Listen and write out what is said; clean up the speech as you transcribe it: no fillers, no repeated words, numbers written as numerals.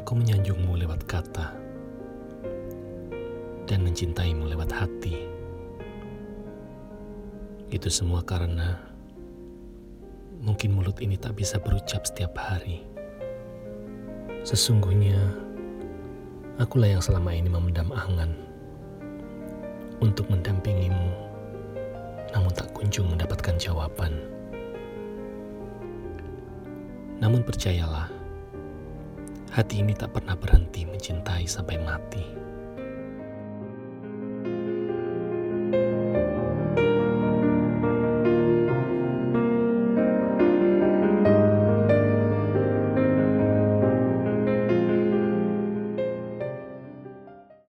Aku menyanjungmu lewat kata dan mencintaimu lewat hati. Itu semua karena mungkin mulut ini tak bisa berucap setiap hari. Sesungguhnya, akulah yang selama ini memendam angan untuk mendampingimu, namun tak kunjung mendapatkan jawaban. Namun percayalah, hati ini tak pernah berhenti mencintai sampai mati.